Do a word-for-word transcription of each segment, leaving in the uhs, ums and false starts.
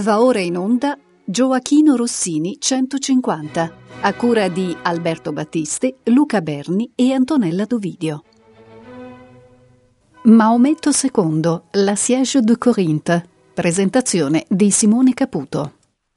Va ora in onda Gioachino Rossini centocinquanta, a cura di Alberto Battisti, Luca Berni e Antonella Dovidio. Maometto secondo, la Siège de Corinthe. Presentazione di Simone Caputo.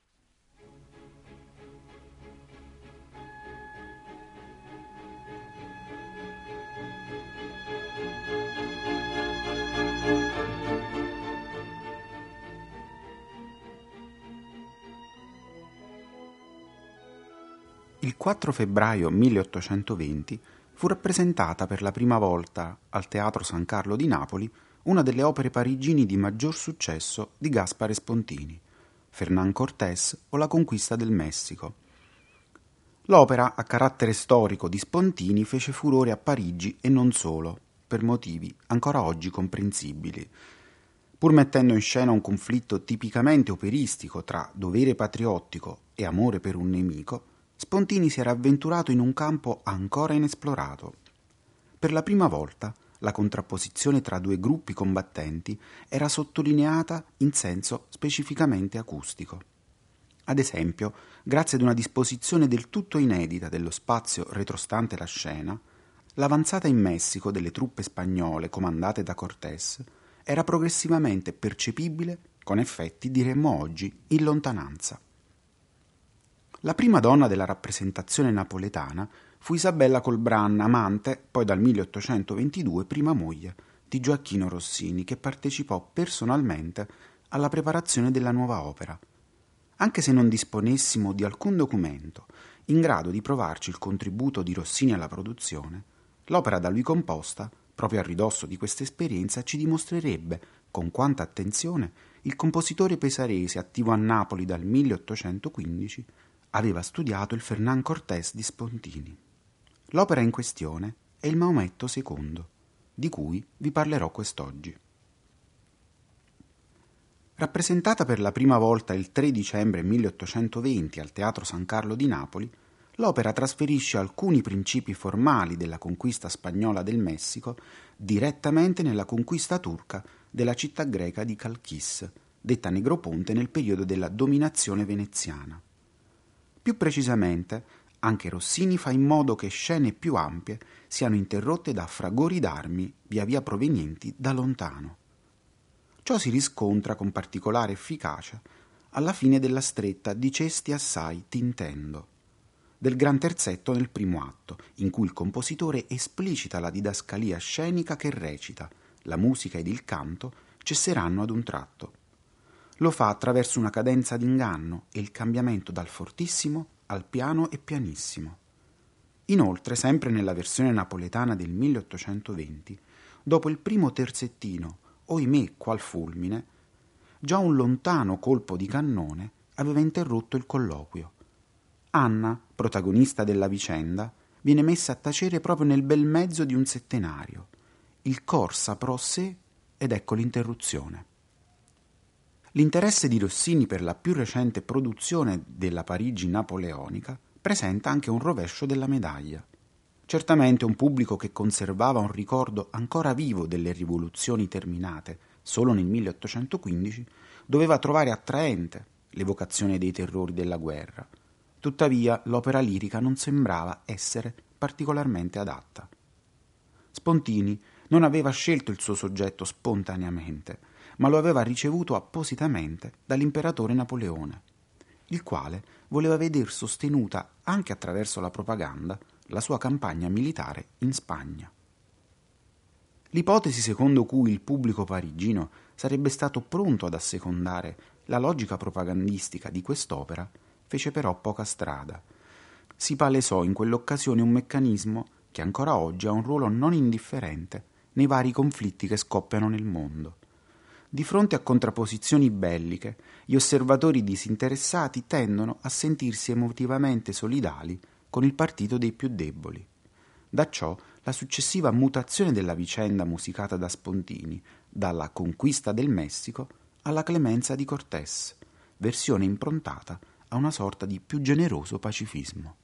Il quattro febbraio milleottocentoventi fu rappresentata per la prima volta al Teatro San Carlo di Napoli una delle opere parigini di maggior successo di Gaspare Spontini, Fernán Cortés o La conquista del Messico. L'opera a carattere storico di Spontini fece furore a Parigi e non solo, per motivi ancora oggi comprensibili. Pur mettendo in scena un conflitto tipicamente operistico tra dovere patriottico e amore per un nemico, Spontini si era avventurato in un campo ancora inesplorato. Per la prima volta la contrapposizione tra due gruppi combattenti era sottolineata in senso specificamente acustico. Ad esempio, grazie ad una disposizione del tutto inedita dello spazio retrostante la scena, l'avanzata in Messico delle truppe spagnole comandate da Cortés era progressivamente percepibile, con effetti, diremmo oggi, in lontananza. La prima donna della rappresentazione napoletana fu Isabella Colbran, amante, poi dal milleottocentoventidue prima moglie, di Gioachino Rossini, che partecipò personalmente alla preparazione della nuova opera. Anche se non disponessimo di alcun documento in grado di provarci il contributo di Rossini alla produzione, l'opera da lui composta, proprio a ridosso di questa esperienza, ci dimostrerebbe con quanta attenzione il compositore pesarese, attivo a Napoli dal milleottocentoquindici, aveva studiato il Fernán Cortés di Spontini. L'opera in questione è il Maometto secondo, di cui vi parlerò quest'oggi. Rappresentata per la prima volta il tre dicembre milleottocentoventi al Teatro San Carlo di Napoli, l'opera trasferisce alcuni principi formali della conquista spagnola del Messico direttamente nella conquista turca della città greca di Chalchis, detta Negroponte nel periodo della dominazione veneziana. Più precisamente, anche Rossini fa in modo che scene più ampie siano interrotte da fragori d'armi via via provenienti da lontano. Ciò si riscontra con particolare efficacia alla fine della stretta Dicesti assai t'intendo, del gran terzetto nel primo atto, in cui il compositore esplicita la didascalia scenica che recita: la musica ed il canto cesseranno ad un tratto. Lo fa attraverso una cadenza d'inganno e il cambiamento dal fortissimo al piano e pianissimo. Inoltre, sempre nella versione napoletana del milleottocentoventi, dopo il primo terzettino "Oimè qual fulmine", già un lontano colpo di cannone aveva interrotto il colloquio. Anna, protagonista della vicenda, viene messa a tacere proprio nel bel mezzo di un settenario. Il cor saprò sé ed ecco l'interruzione. L'interesse di Rossini per la più recente produzione della Parigi napoleonica presenta anche un rovescio della medaglia. Certamente un pubblico che conservava un ricordo ancora vivo delle rivoluzioni terminate solo nel milleottocentoquindici doveva trovare attraente l'evocazione dei terrori della guerra. Tuttavia l'opera lirica non sembrava essere particolarmente adatta. Spontini non aveva scelto il suo soggetto spontaneamente, ma lo aveva ricevuto appositamente dall'imperatore Napoleone, il quale voleva veder sostenuta anche attraverso la propaganda la sua campagna militare in Spagna. L'ipotesi secondo cui il pubblico parigino sarebbe stato pronto ad assecondare la logica propagandistica di quest'opera fece però poca strada. Si palesò in quell'occasione un meccanismo che ancora oggi ha un ruolo non indifferente nei vari conflitti che scoppiano nel mondo. Di fronte a contrapposizioni belliche, gli osservatori disinteressati tendono a sentirsi emotivamente solidali con il partito dei più deboli. Da ciò la successiva mutazione della vicenda musicata da Spontini, dalla conquista del Messico alla clemenza di Cortés, versione improntata a una sorta di più generoso pacifismo.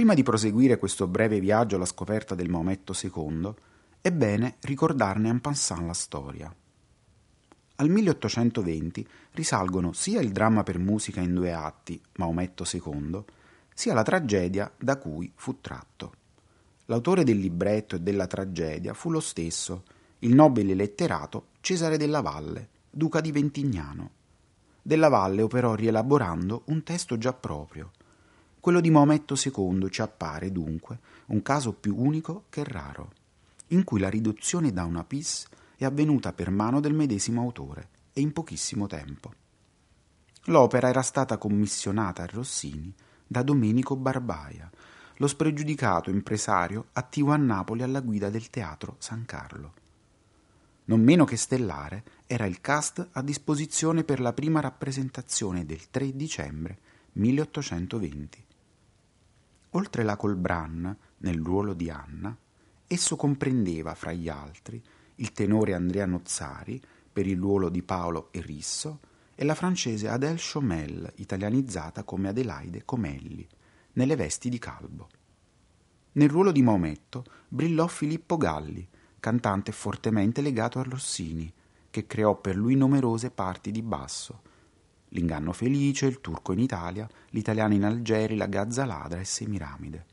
prima di proseguire questo breve viaggio alla scoperta del Maometto secondo, è bene ricordarne en passant la storia. Al milleottocentoventi risalgono sia il dramma per musica in due atti, Maometto secondo, sia la tragedia da cui fu tratto. L'autore del libretto e della tragedia fu lo stesso, il nobile letterato Cesare Della Valle, duca di Ventignano. Della Valle operò rielaborando un testo già proprio. Quello di Maometto secondo ci appare, dunque, un caso più unico che raro, in cui la riduzione da una pièce è avvenuta per mano del medesimo autore e in pochissimo tempo. L'opera era stata commissionata a Rossini da Domenico Barbaia, lo spregiudicato impresario attivo a Napoli alla guida del Teatro San Carlo. Non meno che stellare era il cast a disposizione per la prima rappresentazione del tre dicembre milleottocentoventi. Oltre la Colbran, nel ruolo di Anna, esso comprendeva, fra gli altri, il tenore Andrea Nozzari per il ruolo di Paolo Erisso e la francese Adèle Chaumel, italianizzata come Adelaide Comelli, nelle vesti di Calbo. Nel ruolo di Maometto brillò Filippo Galli, cantante fortemente legato a Rossini, che creò per lui numerose parti di basso: L'inganno felice, Il turco in Italia, L'italiano in Algeri, La gazza ladra e Semiramide.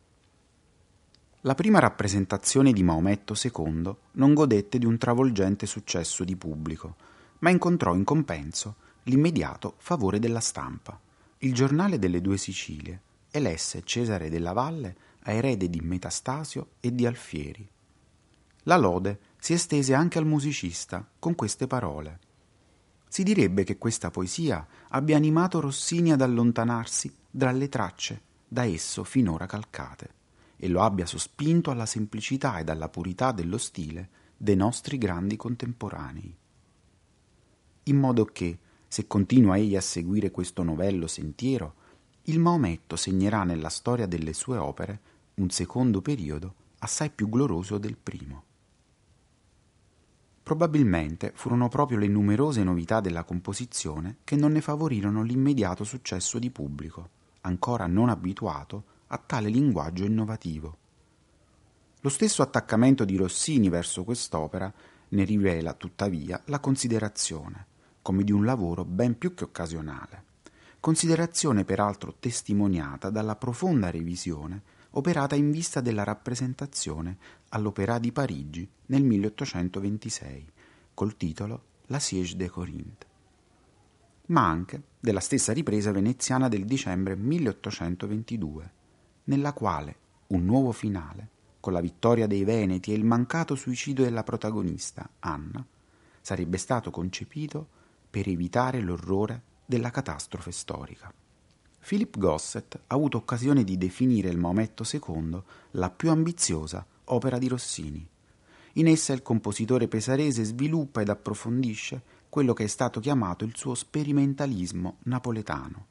La prima rappresentazione di Maometto secondo non godette di un travolgente successo di pubblico, ma incontrò in compenso l'immediato favore della stampa. Il giornale delle due Sicilie elesse Cesare Della Valle a erede di Metastasio e di Alfieri. La lode si estese anche al musicista con queste parole: si direbbe che questa poesia abbia animato Rossini ad allontanarsi dalle tracce da esso finora calcate e lo abbia sospinto alla semplicità ed alla purità dello stile dei nostri grandi contemporanei. In modo che, se continua egli a seguire questo novello sentiero, il Maometto segnerà nella storia delle sue opere un secondo periodo assai più glorioso del primo. Probabilmente furono proprio le numerose novità della composizione che non ne favorirono l'immediato successo di pubblico, ancora non abituato a tale linguaggio innovativo. Lo stesso attaccamento di Rossini verso quest'opera ne rivela tuttavia la considerazione, come di un lavoro ben più che occasionale, considerazione peraltro testimoniata dalla profonda revisione operata in vista della rappresentazione all'Opéra di Parigi nel milleottocentoventisei, col titolo La Siege de Corinthe, ma anche della stessa ripresa veneziana del dicembre milleottocentoventidue, nella quale un nuovo finale, con la vittoria dei Veneti e il mancato suicidio della protagonista, Anna, sarebbe stato concepito per evitare l'orrore della catastrofe storica. Philip Gossett ha avuto occasione di definire il Maometto secondo la più ambiziosa opera di Rossini. In essa il compositore pesarese sviluppa ed approfondisce quello che è stato chiamato il suo sperimentalismo napoletano,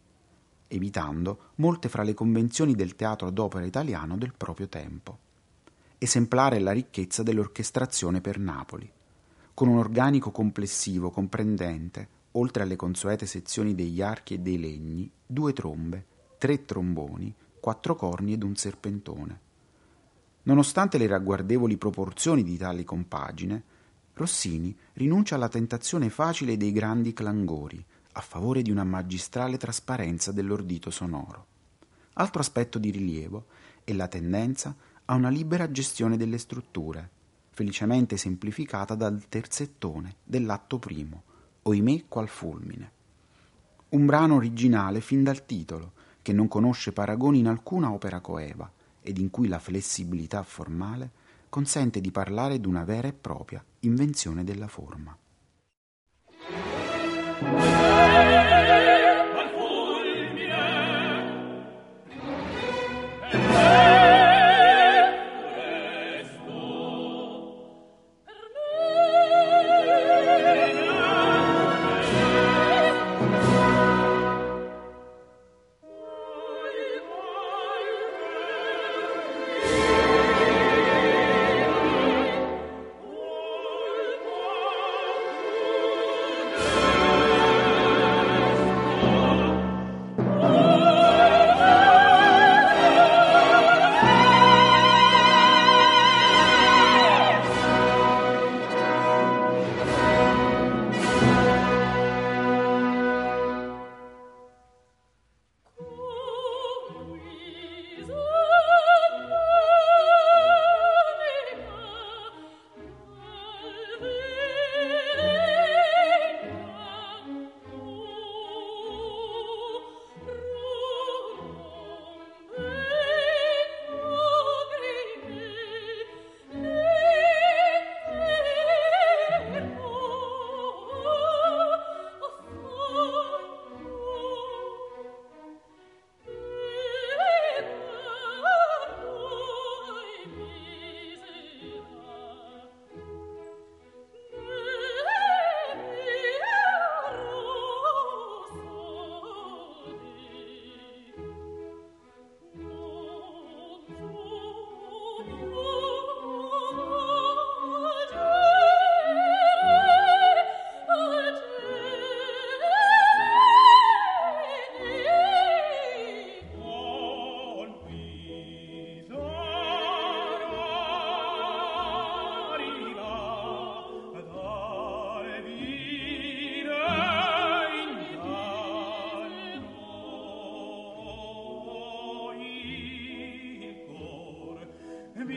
evitando molte fra le convenzioni del teatro d'opera italiano del proprio tempo. Esemplare è la ricchezza dell'orchestrazione per Napoli, con un organico complessivo comprendente, oltre alle consuete sezioni degli archi e dei legni, due trombe, tre tromboni, quattro corni ed un serpentone. Nonostante le ragguardevoli proporzioni di tali compagine, Rossini rinuncia alla tentazione facile dei grandi clangori a favore di una magistrale trasparenza dell'ordito sonoro. Altro aspetto di rilievo è la tendenza a una libera gestione delle strutture, felicemente semplificata dal terzettone dell'atto primo, Oimè qual fulmine. Un brano originale fin dal titolo, che non conosce paragoni in alcuna opera coeva ed in cui la flessibilità formale consente di parlare d'una vera e propria invenzione della forma.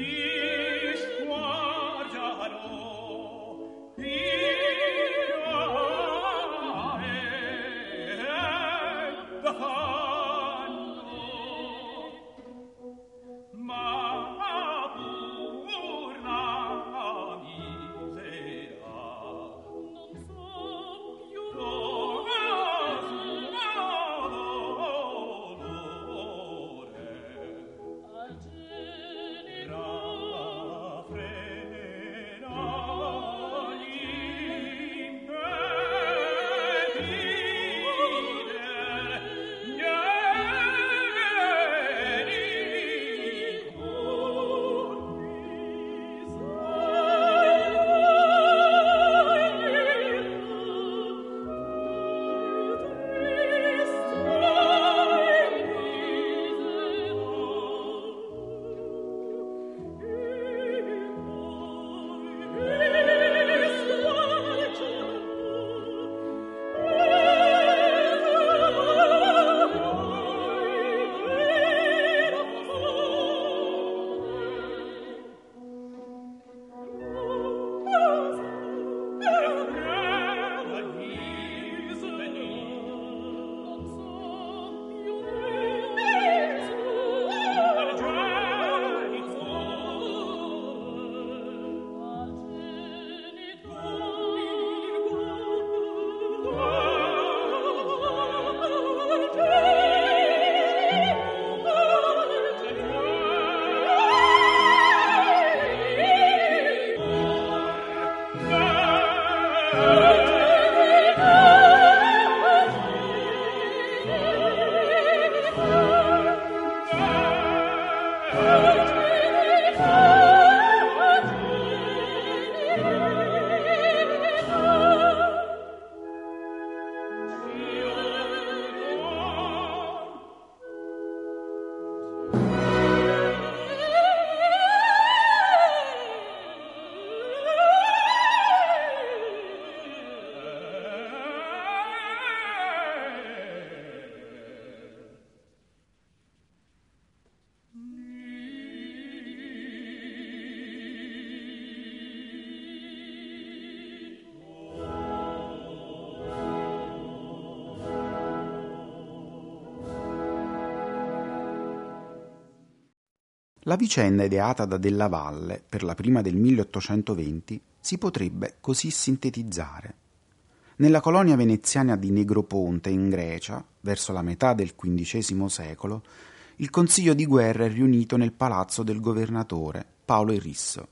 La vicenda ideata da Della Valle per la prima del milleottocentoventi si potrebbe così sintetizzare. Nella colonia veneziana di Negroponte in Grecia, verso la metà del quindicesimo secolo, il consiglio di guerra è riunito nel palazzo del governatore Paolo Erisso.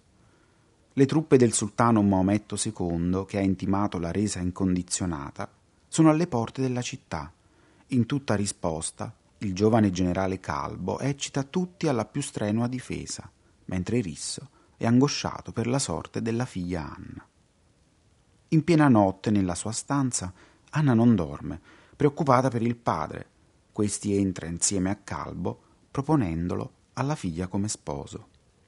Le truppe del sultano Maometto secondo, che ha intimato la resa incondizionata, sono alle porte della città. In tutta risposta, il giovane generale Calbo eccita tutti alla più strenua difesa, mentre Erisso è angosciato per la sorte della figlia Anna. In piena notte, nella sua stanza, Anna non dorme, preoccupata per il padre. Questi entra insieme a Calbo, proponendolo alla figlia come sposo.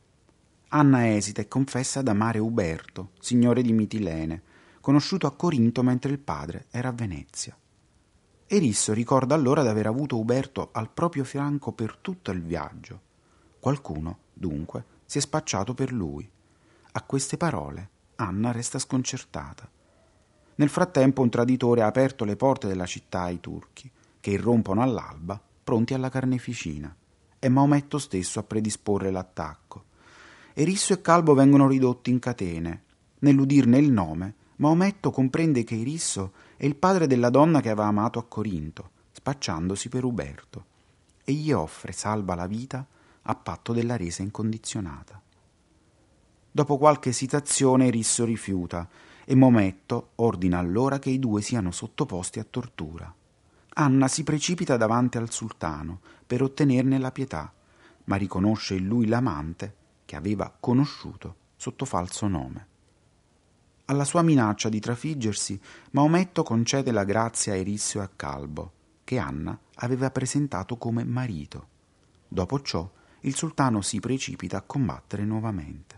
Anna esita e confessa ad amare Uberto, signore di Mitilene, conosciuto a Corinto mentre il padre era a Venezia. Erisso ricorda allora di aver avuto Uberto al proprio fianco per tutto il viaggio. Qualcuno, dunque, si è spacciato per lui. A queste parole Anna resta sconcertata. Nel frattempo un traditore ha aperto le porte della città ai turchi, che irrompono all'alba, pronti alla carneficina. È Maometto stesso a predisporre l'attacco. Erisso e Calbo vengono ridotti in catene. Nell'udirne il nome, Maometto comprende che Erisso è il padre della donna che aveva amato a Corinto, spacciandosi per Uberto, e gli offre salva la vita a patto della resa incondizionata. Dopo qualche esitazione Erisso rifiuta e Maometto ordina allora che i due siano sottoposti a tortura. Anna si precipita davanti al sultano per ottenerne la pietà, ma riconosce in lui l'amante che aveva conosciuto sotto falso nome. Alla sua minaccia di trafiggersi, Maometto concede la grazia a Erisso e a Calbo, che Anna aveva presentato come marito. Dopo ciò, il sultano si precipita a combattere nuovamente.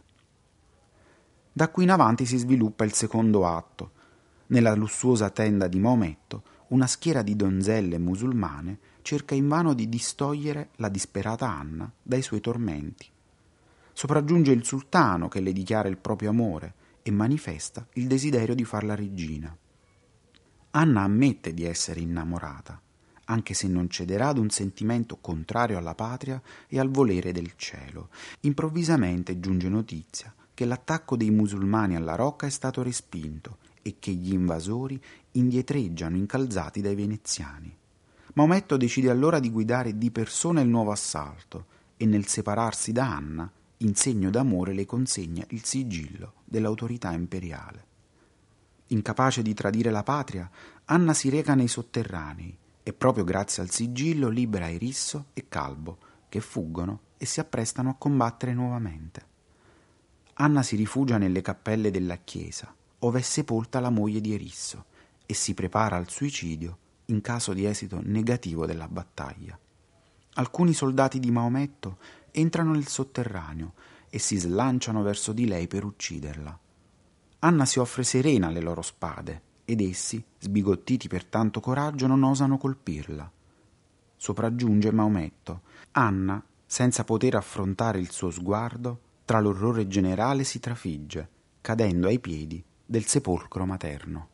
Da qui in avanti si sviluppa il secondo atto. Nella lussuosa tenda di Maometto, una schiera di donzelle musulmane cerca invano di distogliere la disperata Anna dai suoi tormenti. Sopraggiunge il sultano che le dichiara il proprio amore e manifesta il desiderio di farla regina. Anna ammette di essere innamorata, anche se non cederà ad un sentimento contrario alla patria e al volere del cielo. Improvvisamente giunge notizia che l'attacco dei musulmani alla Rocca è stato respinto e che gli invasori indietreggiano incalzati dai veneziani. Maometto decide allora di guidare di persona il nuovo assalto e nel separarsi da Anna, in segno d'amore, le consegna il sigillo dell'autorità imperiale. Incapace di tradire la patria, Anna si reca nei sotterranei e proprio grazie al sigillo libera Erisso e Calbo, che fuggono e si apprestano a combattere nuovamente. Anna si rifugia nelle cappelle della chiesa, ove è sepolta la moglie di Erisso, e si prepara al suicidio in caso di esito negativo della battaglia. Alcuni soldati di Maometto entrano nel sotterraneo e si slanciano verso di lei per ucciderla. Anna si offre serena alle loro spade ed essi, sbigottiti per tanto coraggio, non osano colpirla. Sopraggiunge Maometto. Anna, senza poter affrontare il suo sguardo, tra l'orrore generale si trafigge, cadendo ai piedi del sepolcro materno.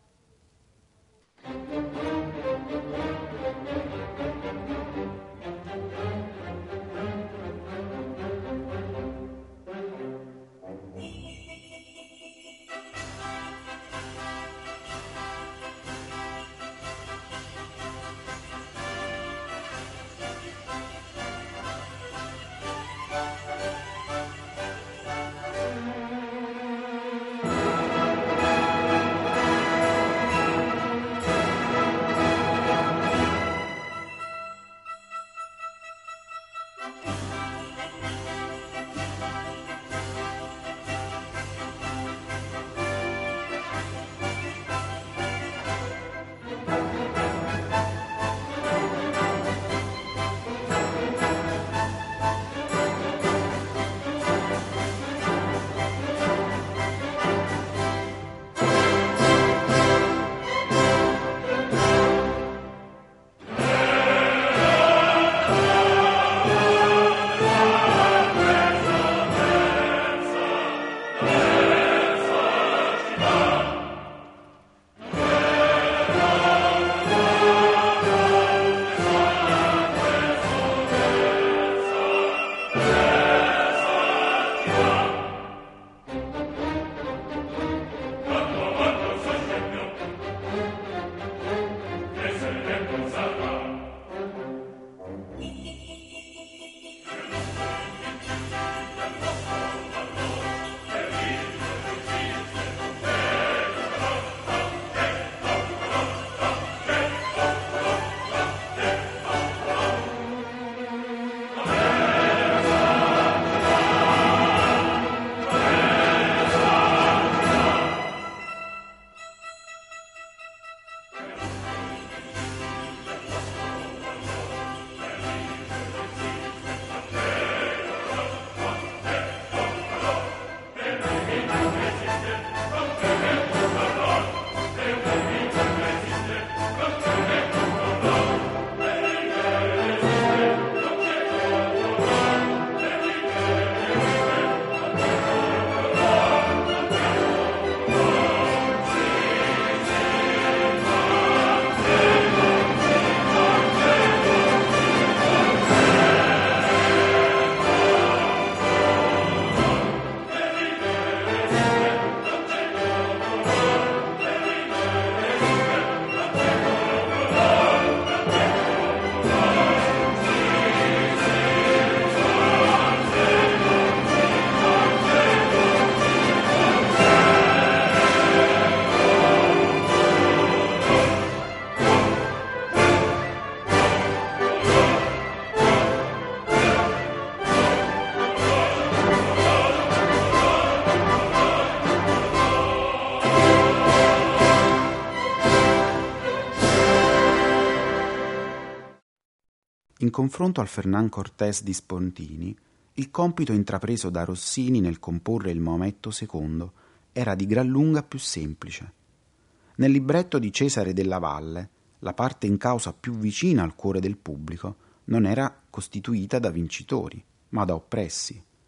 In confronto al Fernán Cortés di Spontini, il compito intrapreso da Rossini nel comporre il Maometto secondo era di gran lunga più semplice. Nel libretto di Cesare della Valle, la parte in causa più vicina al cuore del pubblico non era costituita da vincitori, ma da oppressi.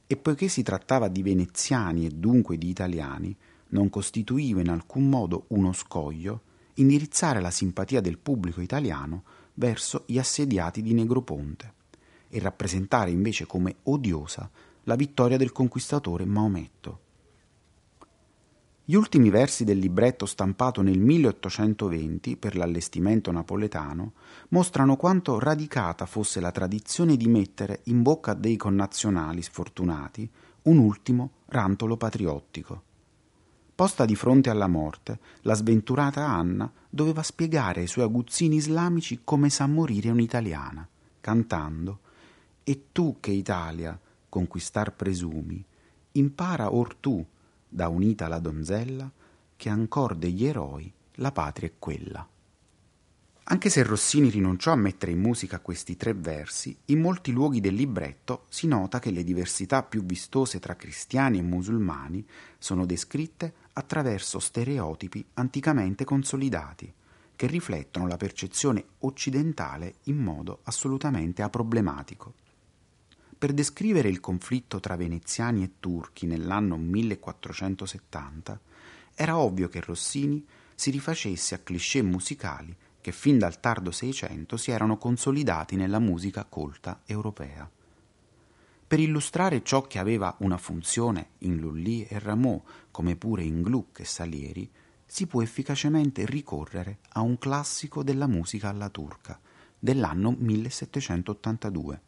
e poiché si trattava di veneziani e dunque di italiani, non costituiva in alcun modo uno scoglio indirizzare la simpatia del pubblico italiano verso gli assediati di Negroponte e rappresentare invece come odiosa la vittoria del conquistatore Maometto. Gli ultimi versi del libretto stampato nel milleottocentoventi per l'allestimento napoletano mostrano quanto radicata fosse la tradizione di mettere in bocca dei connazionali sfortunati un ultimo rantolo patriottico. Posta di fronte alla morte, la sventurata Anna doveva spiegare ai suoi aguzzini islamici come sa morire un'italiana, cantando «E tu che Italia conquistar presumi, impara or tu, da unita la donzella, che ancor degli eroi la patria è quella». Anche se Rossini rinunciò a mettere in musica questi tre versi, in molti luoghi del libretto si nota che le diversità più vistose tra cristiani e musulmani sono descritte attraverso stereotipi anticamente consolidati, che riflettono la percezione occidentale in modo assolutamente aproblematico. Per descrivere il conflitto tra veneziani e turchi nell'anno millequattrocentosettanta, era ovvio che Rossini si rifacesse a cliché musicali che fin dal tardo Seicento si erano consolidati nella musica colta europea. Per illustrare ciò che aveva una funzione in Lully e Rameau, come pure in Gluck e Salieri, si può efficacemente ricorrere a un classico della musica alla turca, dell'anno millesettecentottantadue.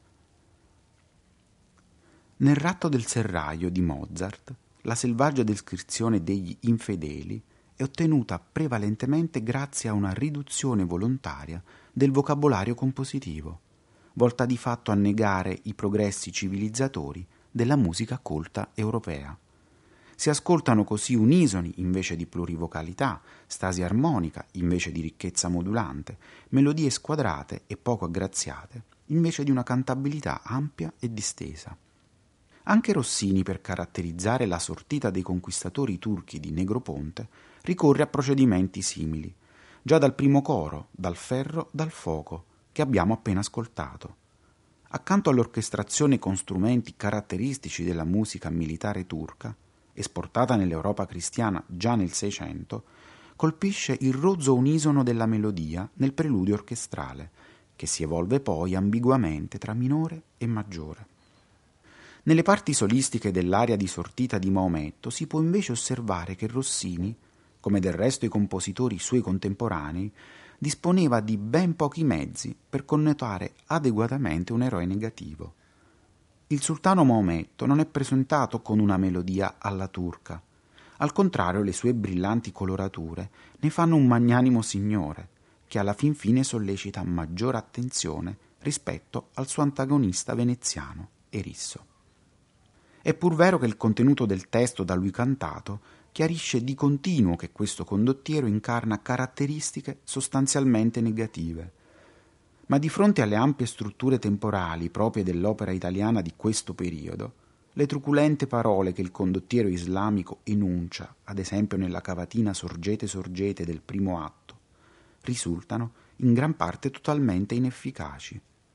Nel Ratto del serraglio di Mozart, la selvaggia descrizione degli infedeli è ottenuta prevalentemente grazie a una riduzione volontaria del vocabolario compositivo, volta di fatto a negare i progressi civilizzatori della musica colta europea. Si ascoltano così unisoni invece di plurivocalità, stasi armonica invece di ricchezza modulante, melodie squadrate e poco aggraziate invece di una cantabilità ampia e distesa. Anche Rossini, per caratterizzare la sortita dei conquistatori turchi di Negroponte, ricorre a procedimenti simili, già dal primo coro, dal ferro, dal fuoco, che abbiamo appena ascoltato. Accanto all'orchestrazione con strumenti caratteristici della musica militare turca, esportata nell'Europa cristiana già nel Seicento, colpisce il rozzo unisono della melodia nel preludio orchestrale, che si evolve poi ambiguamente tra minore e maggiore. Nelle parti solistiche dell'aria di sortita di Maometto si può invece osservare che Rossini, come del resto i compositori suoi contemporanei, disponeva di ben pochi mezzi per connotare adeguatamente un eroe negativo. Il sultano Maometto non è presentato con una melodia alla turca. Al contrario, le sue brillanti colorature ne fanno un magnanimo signore, che alla fin fine sollecita maggiore attenzione rispetto al suo antagonista veneziano, Erisso. È pur vero che il contenuto del testo da lui cantato chiarisce di continuo che questo condottiero incarna caratteristiche sostanzialmente negative. Ma di fronte alle ampie strutture temporali proprie dell'opera italiana di questo periodo, le truculente parole che il condottiero islamico enuncia, ad esempio nella cavatina Sorgete Sorgete del primo atto, risultano in gran parte totalmente inefficaci.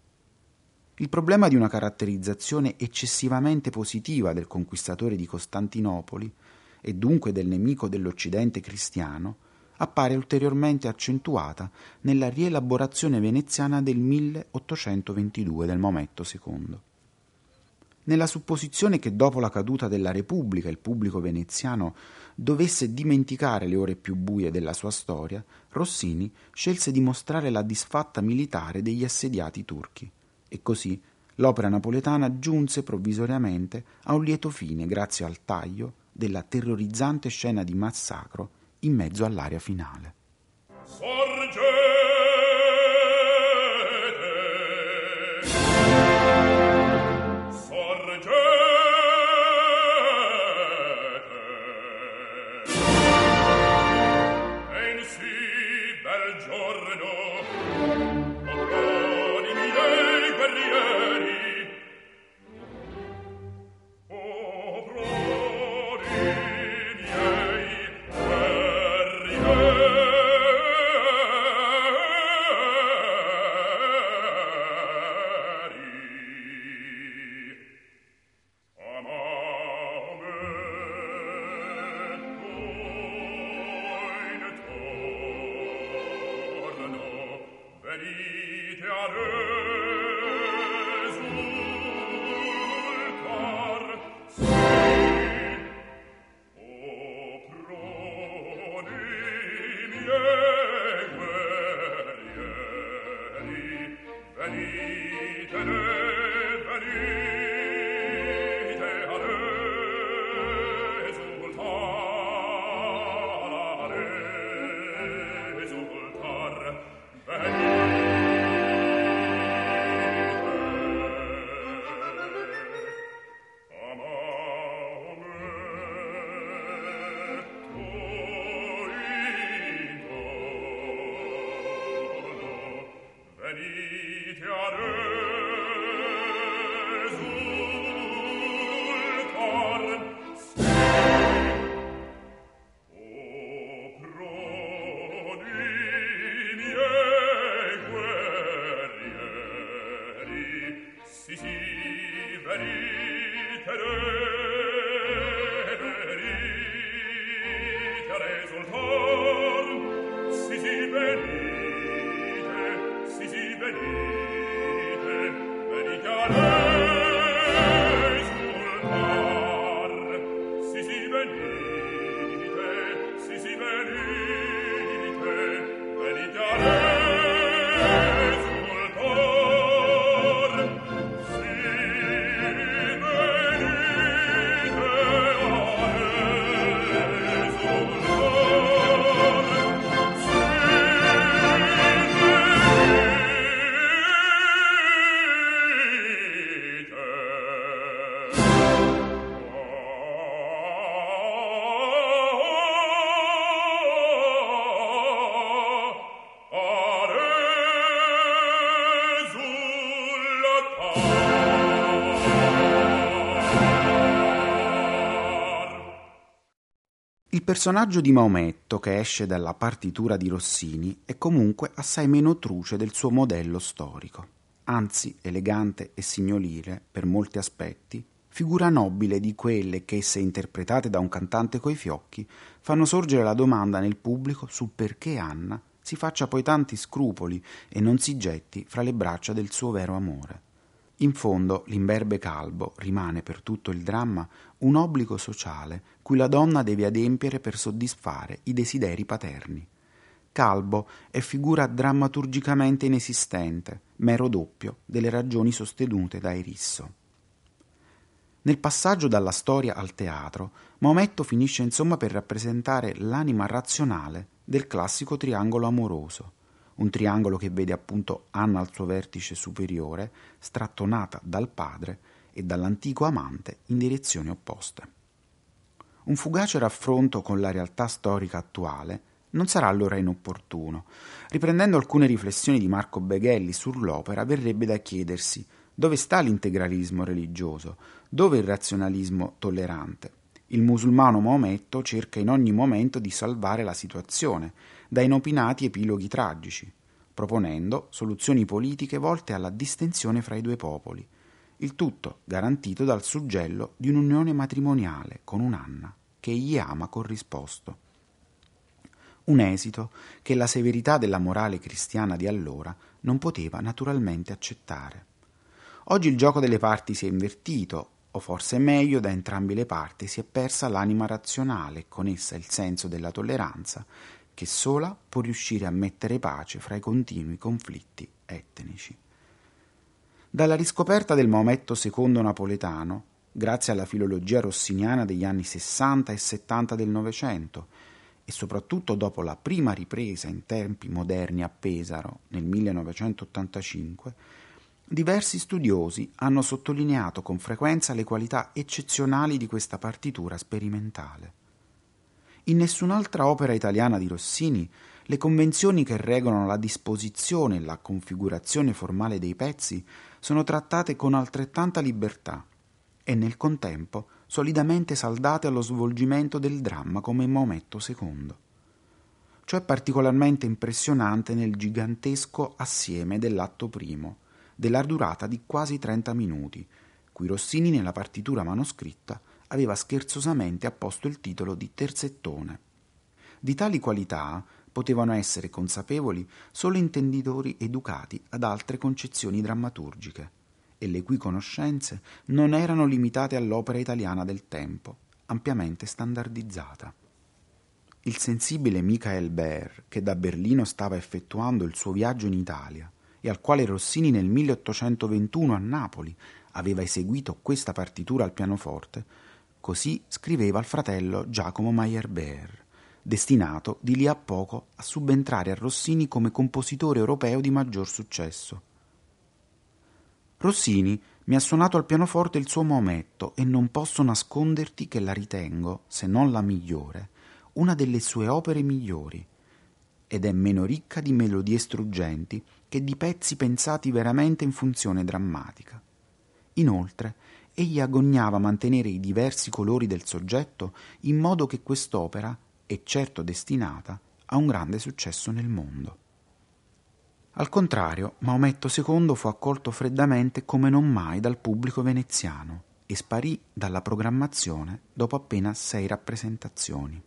Il problema di una caratterizzazione eccessivamente positiva del conquistatore di Costantinopoli e dunque del nemico dell'Occidente cristiano appare ulteriormente accentuata nella rielaborazione veneziana del milleottocentoventidue del Maometto secondo. Nella supposizione che dopo la caduta della Repubblica il pubblico veneziano dovesse dimenticare le ore più buie della sua storia, Rossini scelse di mostrare la disfatta militare degli assediati turchi. E così l'opera napoletana giunse provvisoriamente a un lieto fine grazie al taglio della terrorizzante scena di massacro in mezzo all'aria finale. Yeah. Il personaggio di Maometto che esce dalla partitura di Rossini è comunque assai meno truce del suo modello storico, anzi elegante e signolire per molti aspetti, figura nobile di quelle che, se interpretate da un cantante coi fiocchi, fanno sorgere la domanda nel pubblico sul perché Anna si faccia poi tanti scrupoli e non si getti fra le braccia del suo vero amore. In fondo, l'imberbe Calbo rimane per tutto il dramma un obbligo sociale cui la donna deve adempiere per soddisfare i desideri paterni. Calbo è figura drammaturgicamente inesistente, mero doppio delle ragioni sostenute da Erisso. Nel passaggio dalla storia al teatro, Maometto finisce insomma per rappresentare l'anima razionale del classico triangolo amoroso, un triangolo che vede appunto Anna al suo vertice superiore, strattonata dal padre e dall'antico amante in direzioni opposte. Un fugace raffronto con la realtà storica attuale non sarà allora inopportuno. Riprendendo alcune riflessioni di Marco Beghelli sull'opera, verrebbe da chiedersi dove sta l'integralismo religioso, dove il razionalismo tollerante. Il musulmano Maometto cerca in ogni momento di salvare la situazione da inopinati epiloghi tragici, proponendo soluzioni politiche volte alla distensione fra i due popoli, il tutto garantito dal suggello di un'unione matrimoniale con un'Anna che egli ama corrisposto. Un esito che la severità della morale cristiana di allora non poteva naturalmente accettare. Oggi il gioco delle parti si è invertito, o forse meglio, da entrambe le parti si è persa l'anima razionale e con essa il senso della tolleranza, che sola può riuscire a mettere pace fra i continui conflitti etnici. Dalla riscoperta del Maometto secondo napoletano, grazie alla filologia rossiniana degli anni sessanta e settanta del Novecento, e soprattutto dopo la prima ripresa in tempi moderni a Pesaro nel millenovecentottantacinque, diversi studiosi hanno sottolineato con frequenza le qualità eccezionali di questa partitura sperimentale. In nessun'altra opera italiana di Rossini le convenzioni che regolano la disposizione e la configurazione formale dei pezzi sono trattate con altrettanta libertà e nel contempo solidamente saldate allo svolgimento del dramma come in Maometto secondo. Ciò è particolarmente impressionante nel gigantesco assieme dell'atto primo, della durata di quasi trenta minuti, cui Rossini nella partitura manoscritta aveva scherzosamente apposto il titolo di terzettone. Di tali qualità potevano essere consapevoli solo intenditori educati ad altre concezioni drammaturgiche, e le cui conoscenze non erano limitate all'opera italiana del tempo, ampiamente standardizzata. Il sensibile Michael Beer, che da Berlino stava effettuando il suo viaggio in Italia e al quale Rossini nel milleottocentoventuno a Napoli aveva eseguito questa partitura al pianoforte, così scriveva al fratello Giacomo Meyerbeer, destinato di lì a poco a subentrare a Rossini come compositore europeo di maggior successo. Rossini mi ha suonato al pianoforte il suo Maometto e non posso nasconderti che la ritengo, se non la migliore, una delle sue opere migliori, ed è meno ricca di melodie struggenti che di pezzi pensati veramente in funzione drammatica. Inoltre, egli agognava a mantenere i diversi colori del soggetto in modo che quest'opera è certo destinata a un grande successo nel mondo. Al contrario, Maometto secondo fu accolto freddamente come non mai dal pubblico veneziano e sparì dalla programmazione dopo appena sei rappresentazioni.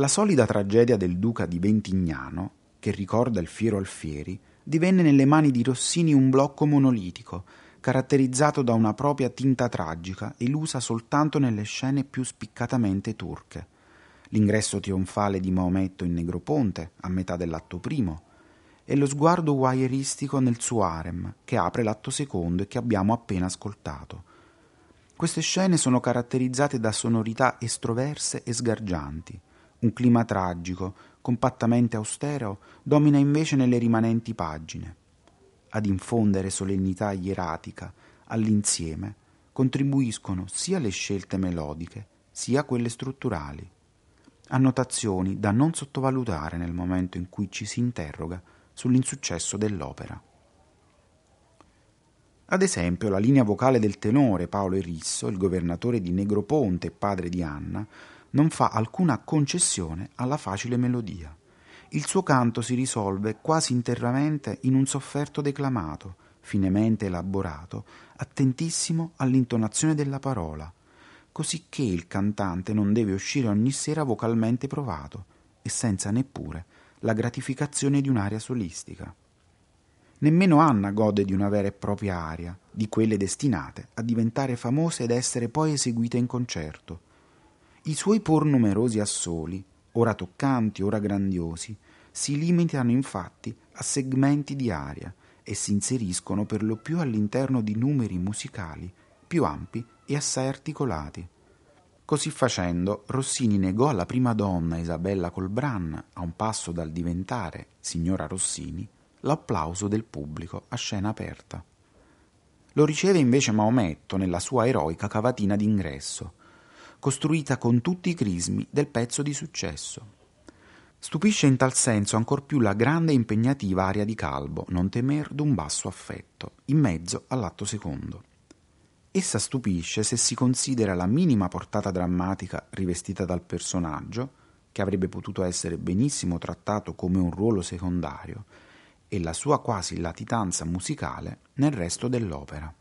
La solida tragedia del duca di Ventignano, che ricorda il Fiero Alfieri, divenne nelle mani di Rossini un blocco monolitico, caratterizzato da una propria tinta tragica, elusa soltanto nelle scene più spiccatamente turche. L'ingresso trionfale di Maometto in Negroponte, a metà dell'atto primo, e lo sguardo voyeuristico nel suo harem, che apre l'atto secondo e che abbiamo appena ascoltato. Queste scene sono caratterizzate da sonorità estroverse e sgargianti. Un clima tragico, compattamente austero, domina invece nelle rimanenti pagine. Ad infondere solennità ieratica all'insieme contribuiscono sia le scelte melodiche sia quelle strutturali. Annotazioni da non sottovalutare nel momento in cui ci si interroga sull'insuccesso dell'opera. Ad esempio, la linea vocale del tenore Paolo Erisso, il governatore di Negroponte e padre di Anna, non fa alcuna concessione alla facile melodia. Il suo canto si risolve quasi interamente in un sofferto declamato, finemente elaborato, attentissimo all'intonazione della parola, cosicché il cantante non deve uscire ogni sera vocalmente provato e senza neppure la gratificazione di un'aria solistica. Nemmeno Anna gode di una vera e propria aria, di quelle destinate a diventare famose ed essere poi eseguite in concerto. I suoi pur numerosi assoli, ora toccanti, ora grandiosi, si limitano infatti a segmenti di aria e si inseriscono per lo più all'interno di numeri musicali più ampi e assai articolati. Così facendo, Rossini negò alla prima donna Isabella Colbran, a un passo dal diventare signora Rossini, l'applauso del pubblico a scena aperta. Lo riceve invece Maometto nella sua eroica cavatina d'ingresso, costruita con tutti i crismi del pezzo di successo. Stupisce in tal senso ancor più la grande e impegnativa aria di Calbo, Non temer d'un basso affetto, in mezzo all'atto secondo. Essa stupisce se si considera la minima portata drammatica rivestita dal personaggio, che avrebbe potuto essere benissimo trattato come un ruolo secondario, e la sua quasi latitanza musicale nel resto dell'opera.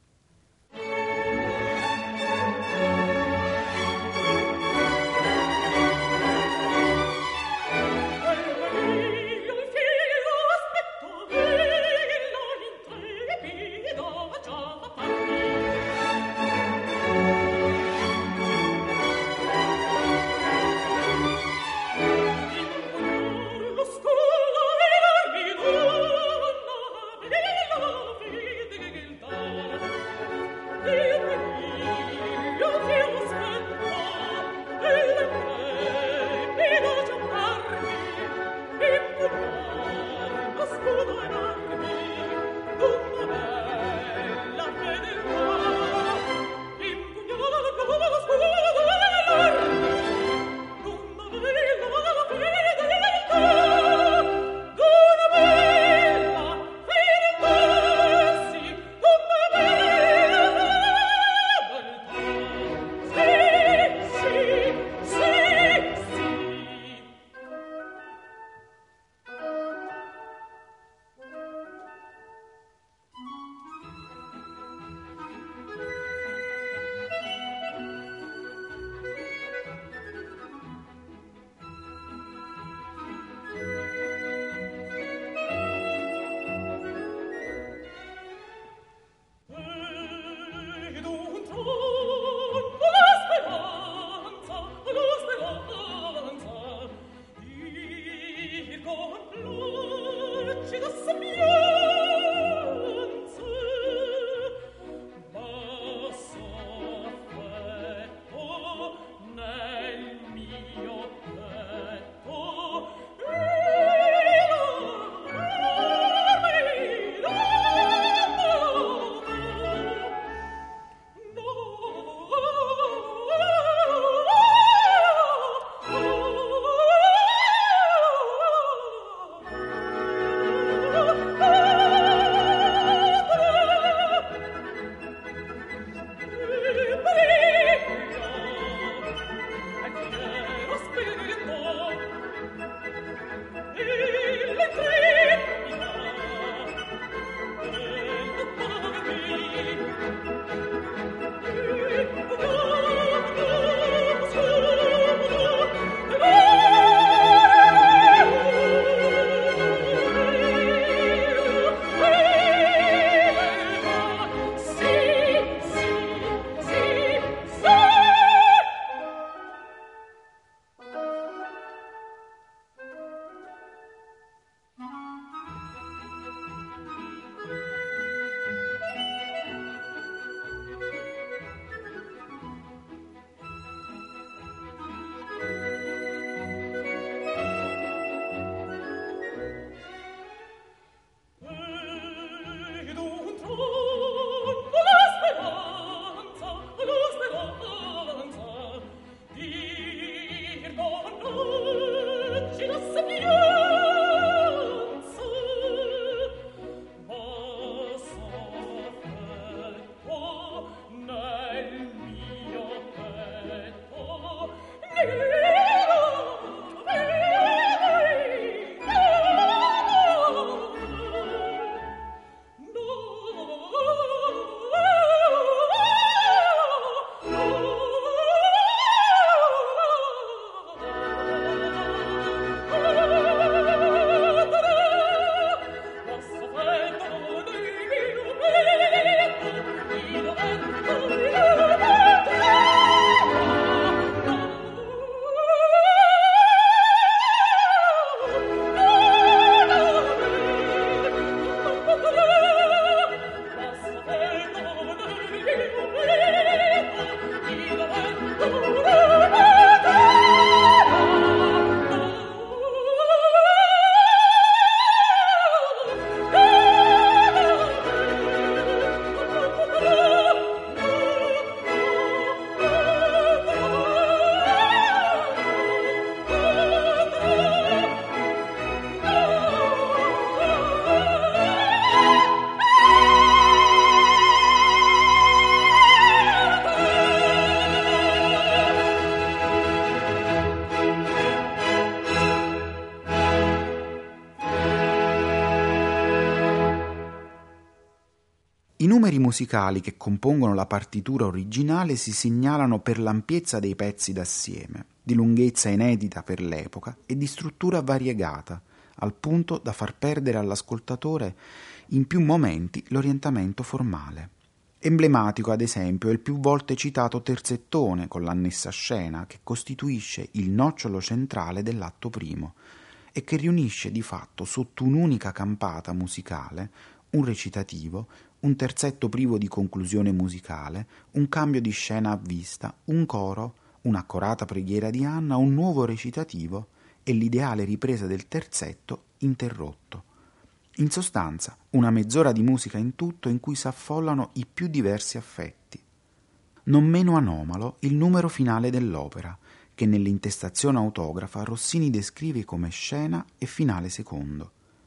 I numeri musicali che compongono la partitura originale si segnalano per l'ampiezza dei pezzi d'assieme, di lunghezza inedita per l'epoca e di struttura variegata, al punto da far perdere all'ascoltatore in più momenti l'orientamento formale. Emblematico, ad esempio, è il più volte citato terzettone con l'annessa scena che costituisce il nocciolo centrale dell'atto primo e che riunisce di fatto sotto un'unica campata musicale un recitativo, un terzetto privo di conclusione musicale, un cambio di scena a vista, un coro, un'accorata preghiera di Anna, un nuovo recitativo e l'ideale ripresa del terzetto interrotto. In sostanza, una mezz'ora di musica in tutto in cui s'affollano i più diversi affetti. Non meno anomalo il numero finale dell'opera, che nell'intestazione autografa Rossini descrive come scena e finale secondo.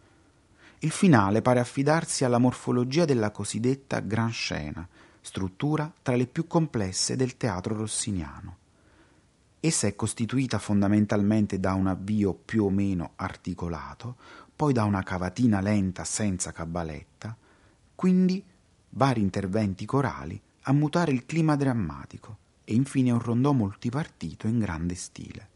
Il finale pare affidarsi alla morfologia della cosiddetta gran scena, struttura tra le più complesse del teatro rossiniano. Essa è costituita fondamentalmente da un avvio più o meno articolato, poi da una cavatina lenta senza cabaletta, quindi vari interventi corali a mutare il clima drammatico e infine un rondò multipartito in grande stile.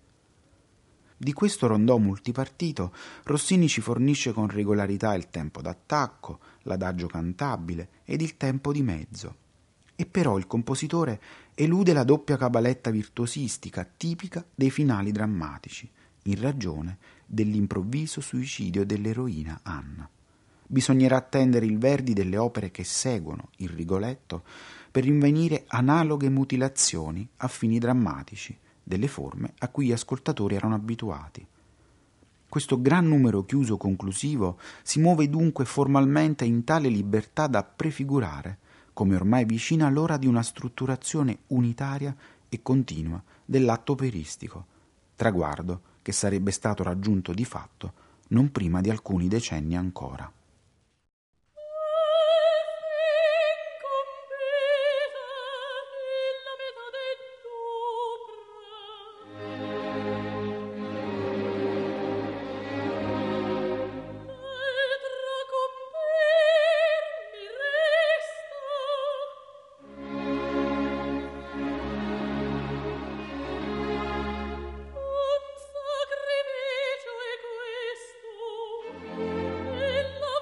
Di questo rondò multipartito Rossini ci fornisce con regolarità il tempo d'attacco, l'adagio cantabile ed il tempo di mezzo. E però il compositore elude la doppia cabaletta virtuosistica tipica dei finali drammatici, in ragione dell'improvviso suicidio dell'eroina Anna. Bisognerà attendere il Verdi delle opere che seguono il Rigoletto per rinvenire analoghe mutilazioni a fini drammatici delle forme a cui gli ascoltatori erano abituati. Questo gran numero chiuso conclusivo si muove dunque formalmente in tale libertà da prefigurare, come ormai vicina l'ora di una strutturazione unitaria e continua dell'atto operistico, traguardo che sarebbe stato raggiunto di fatto non prima di alcuni decenni ancora. Sacrificio è questo, nella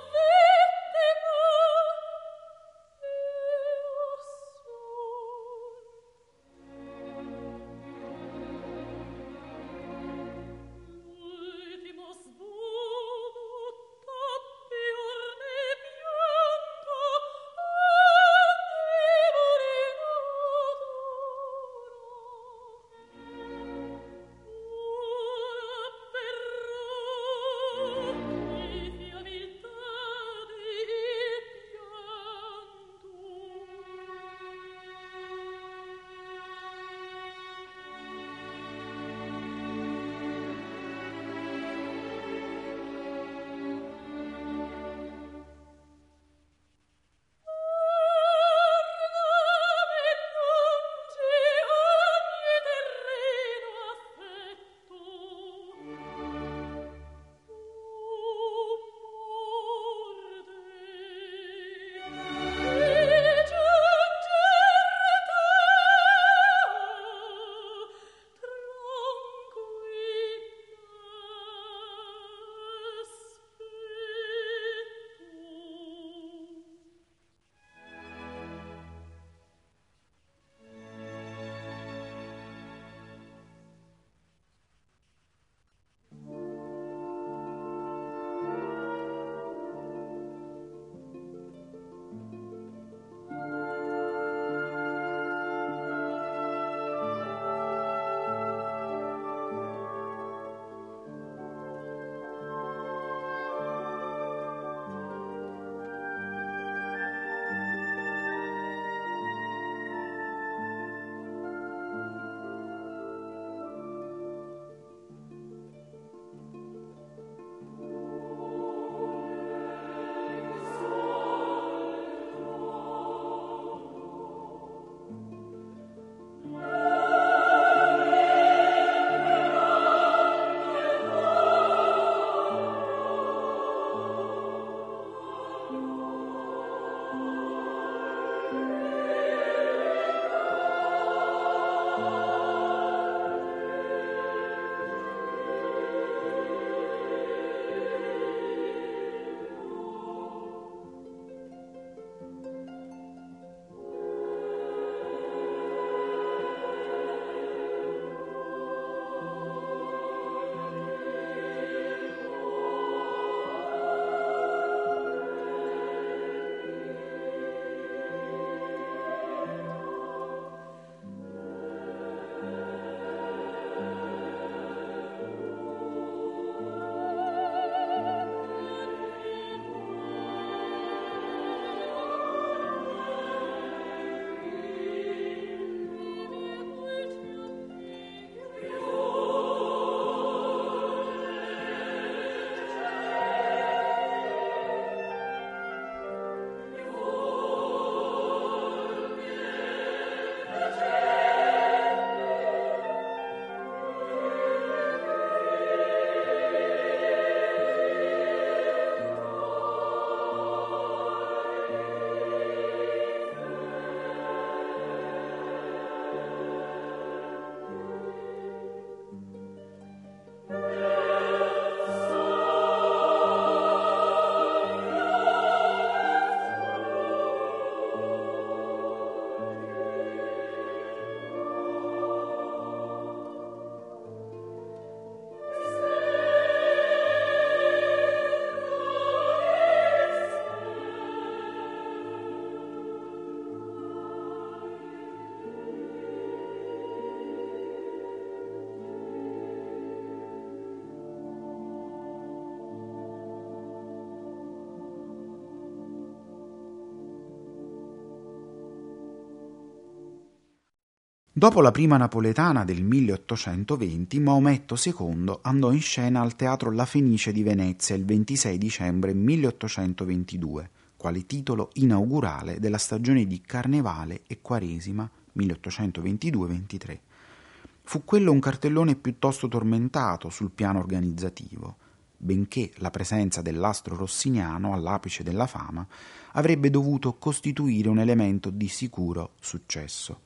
Dopo la prima napoletana del milleottocentoventi, Maometto secondo andò in scena al Teatro La Fenice di Venezia il ventisei dicembre milleottocentoventidue, quale titolo inaugurale della stagione di Carnevale e Quaresima milleottocentoventidue ventitré. Fu quello un cartellone piuttosto tormentato sul piano organizzativo, benché la presenza dell'astro rossiniano all'apice della fama avrebbe dovuto costituire un elemento di sicuro successo.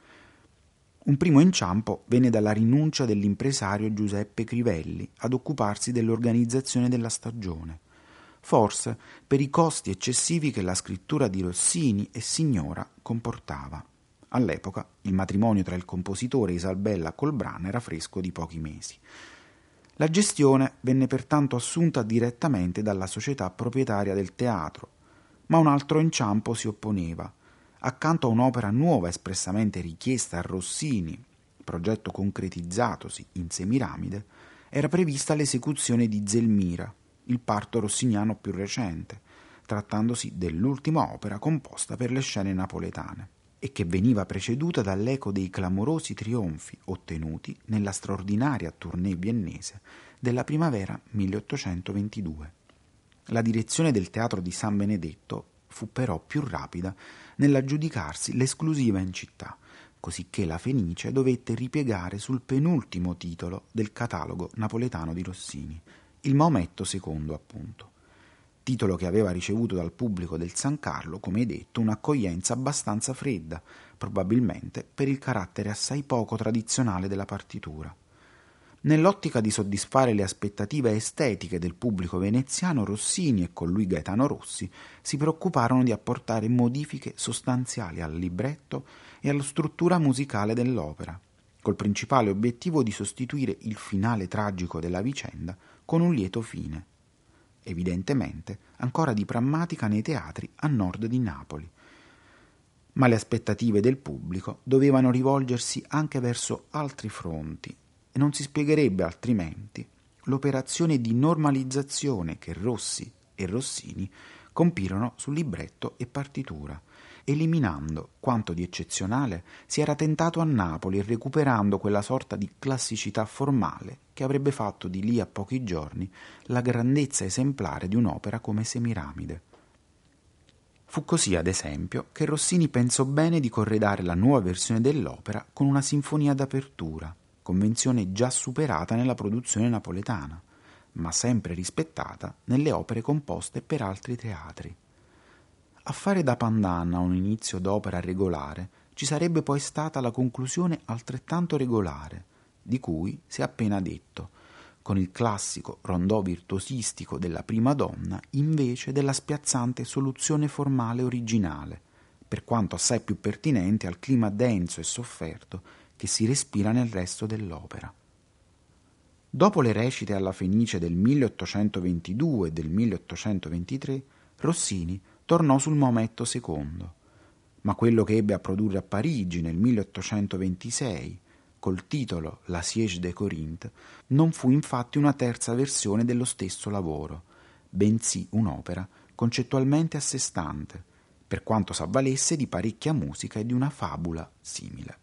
Un primo inciampo venne dalla rinuncia dell'impresario Giuseppe Crivelli ad occuparsi dell'organizzazione della stagione, forse per i costi eccessivi che la scrittura di Rossini e Signora comportava. All'epoca il matrimonio tra il compositore e Isabella Colbrana era fresco di pochi mesi. La gestione venne pertanto assunta direttamente dalla società proprietaria del teatro, ma un altro inciampo si opponeva. Accanto a un'opera nuova espressamente richiesta a Rossini, progetto concretizzatosi in Semiramide, era prevista l'esecuzione di Zelmira, il parto rossiniano più recente, trattandosi dell'ultima opera composta per le scene napoletane, e che veniva preceduta dall'eco dei clamorosi trionfi ottenuti nella straordinaria tournée viennese della primavera milleottocentoventidue. La direzione del Teatro di San Benedetto fu però più rapida nell'aggiudicarsi l'esclusiva in città, cosicché la Fenice dovette ripiegare sul penultimo titolo del catalogo napoletano di Rossini, il Maometto secondo appunto, titolo che aveva ricevuto dal pubblico del San Carlo, come detto, un'accoglienza abbastanza fredda, probabilmente per il carattere assai poco tradizionale della partitura. Nell'ottica di soddisfare le aspettative estetiche del pubblico veneziano, Rossini e con lui Gaetano Rossi si preoccuparono di apportare modifiche sostanziali al libretto e alla struttura musicale dell'opera, col principale obiettivo di sostituire il finale tragico della vicenda con un lieto fine, evidentemente ancora di prammatica nei teatri a nord di Napoli. Ma le aspettative del pubblico dovevano rivolgersi anche verso altri fronti, e non si spiegherebbe altrimenti l'operazione di normalizzazione che Rossi e Rossini compirono su libretto e partitura, eliminando quanto di eccezionale si era tentato a Napoli e recuperando quella sorta di classicità formale che avrebbe fatto di lì a pochi giorni la grandezza esemplare di un'opera come Semiramide. Fu così, ad esempio, che Rossini pensò bene di corredare la nuova versione dell'opera con una sinfonia d'apertura, convenzione già superata nella produzione napoletana, ma sempre rispettata nelle opere composte per altri teatri. A fare da pandanna a un inizio d'opera regolare ci sarebbe poi stata la conclusione altrettanto regolare, di cui si è appena detto, con il classico rondò virtuosistico della prima donna invece della spiazzante soluzione formale originale, per quanto assai più pertinente al clima denso e sofferto che si respira nel resto dell'opera. Dopo le recite alla Fenice del milleottocentoventidue e del milleottocentoventitré, Rossini tornò sul Maometto secondo, ma quello che ebbe a produrre a Parigi nel milleottocentoventisei, col titolo La Siege de Corinthe, non fu infatti una terza versione dello stesso lavoro, bensì un'opera concettualmente a sé stante, per quanto s'avvalesse di parecchia musica e di una fabula simile.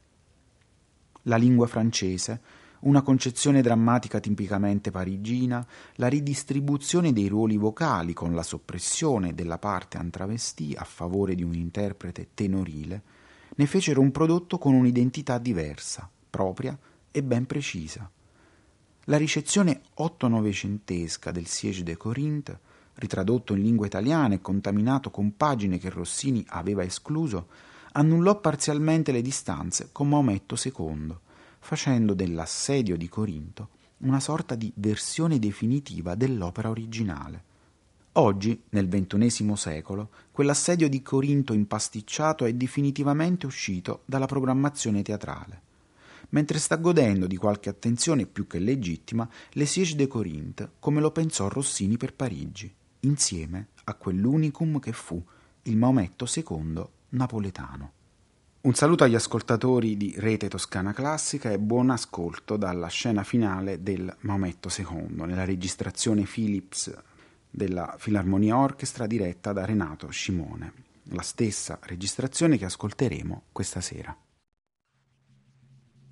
La lingua francese, una concezione drammatica tipicamente parigina, la ridistribuzione dei ruoli vocali con la soppressione della parte antravestì a favore di un interprete tenorile, ne fecero un prodotto con un'identità diversa, propria e ben precisa. La ricezione otto-novecentesca del Siege de Corinthe, ritradotto in lingua italiana e contaminato con pagine che Rossini aveva escluso, annullò parzialmente le distanze con Maometto secondo, facendo dell'assedio di Corinto una sorta di versione definitiva dell'opera originale. Oggi, nel ventunesimo secolo, quell'assedio di Corinto impasticciato è definitivamente uscito dalla programmazione teatrale, mentre sta godendo di qualche attenzione più che legittima le Siege de Corinthe come lo pensò Rossini per Parigi, insieme a quell'unicum che fu il Maometto secondo napoletano. Un saluto agli ascoltatori di Rete Toscana Classica e buon ascolto dalla scena finale del Maometto secondo, nella registrazione Philips della Filarmonia Orchestra diretta da Renato Scimone, la stessa registrazione che ascolteremo questa sera.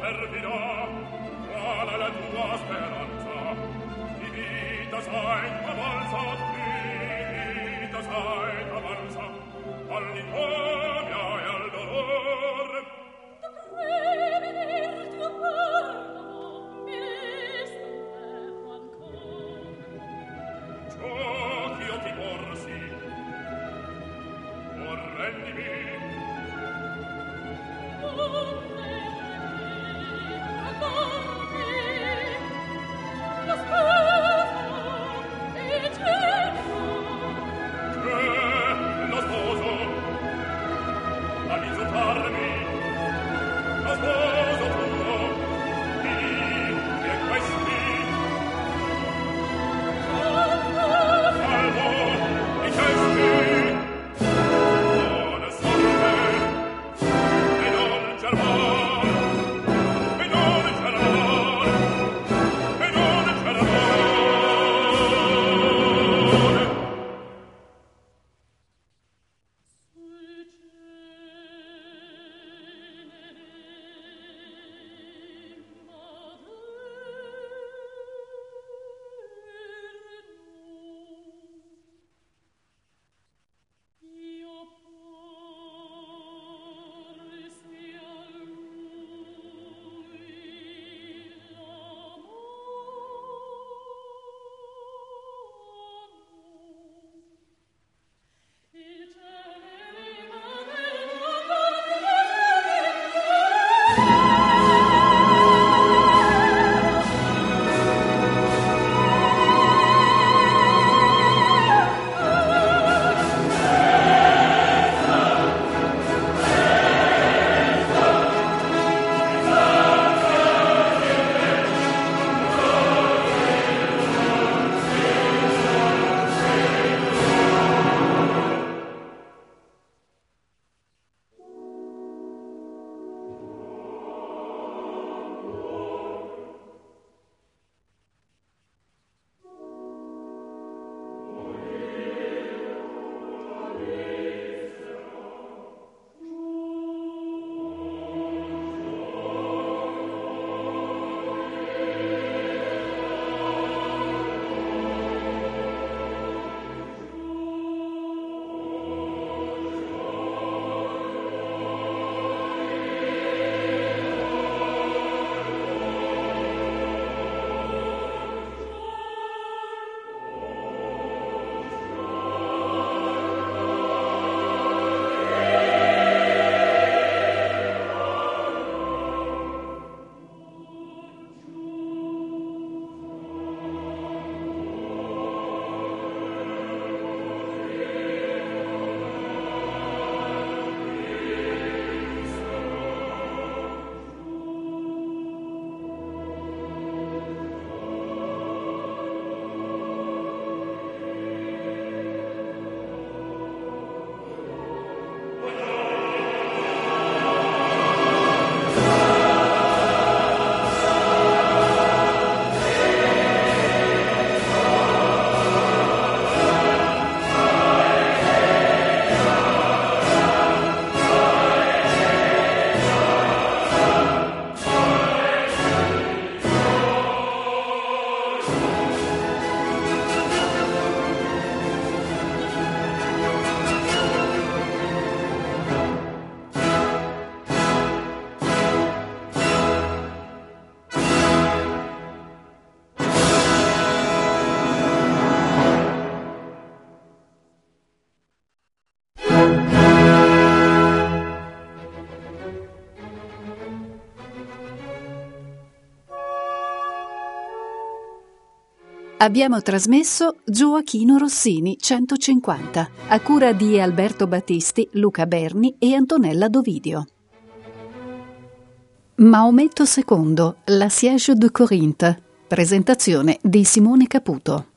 Abbiamo trasmesso Gioachino Rossini centocinquanta, a cura di Alberto Battisti, Luca Berni e Antonella Dovidio. Maometto secondo, La Siège de Corinthe, presentazione di Simone Caputo.